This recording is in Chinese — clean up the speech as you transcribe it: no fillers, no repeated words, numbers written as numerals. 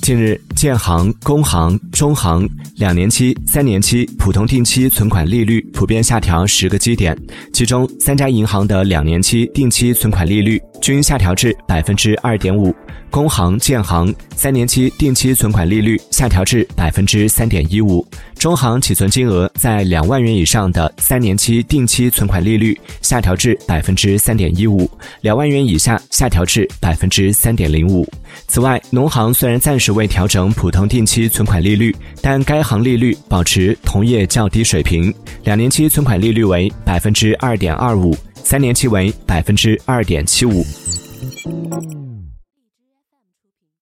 近日，建行、工行、中行2年期、3年期普通定期存款利率普遍下调10个基点，其中3家银行的2年期定期存款利率均下调至 2.5%， 工行、建行3年期定期存款利率下调至 3.15%， 中行起存金额在2万元以上的3年期定期存款利率下调至 3.15%， 2万元以下下调至 3.05%。此外，农行虽然暂时未调整普通定期存款利率，但该行利率保持同业较低水平，2年期存款利率为 2.25%， 3年期为 2.75%。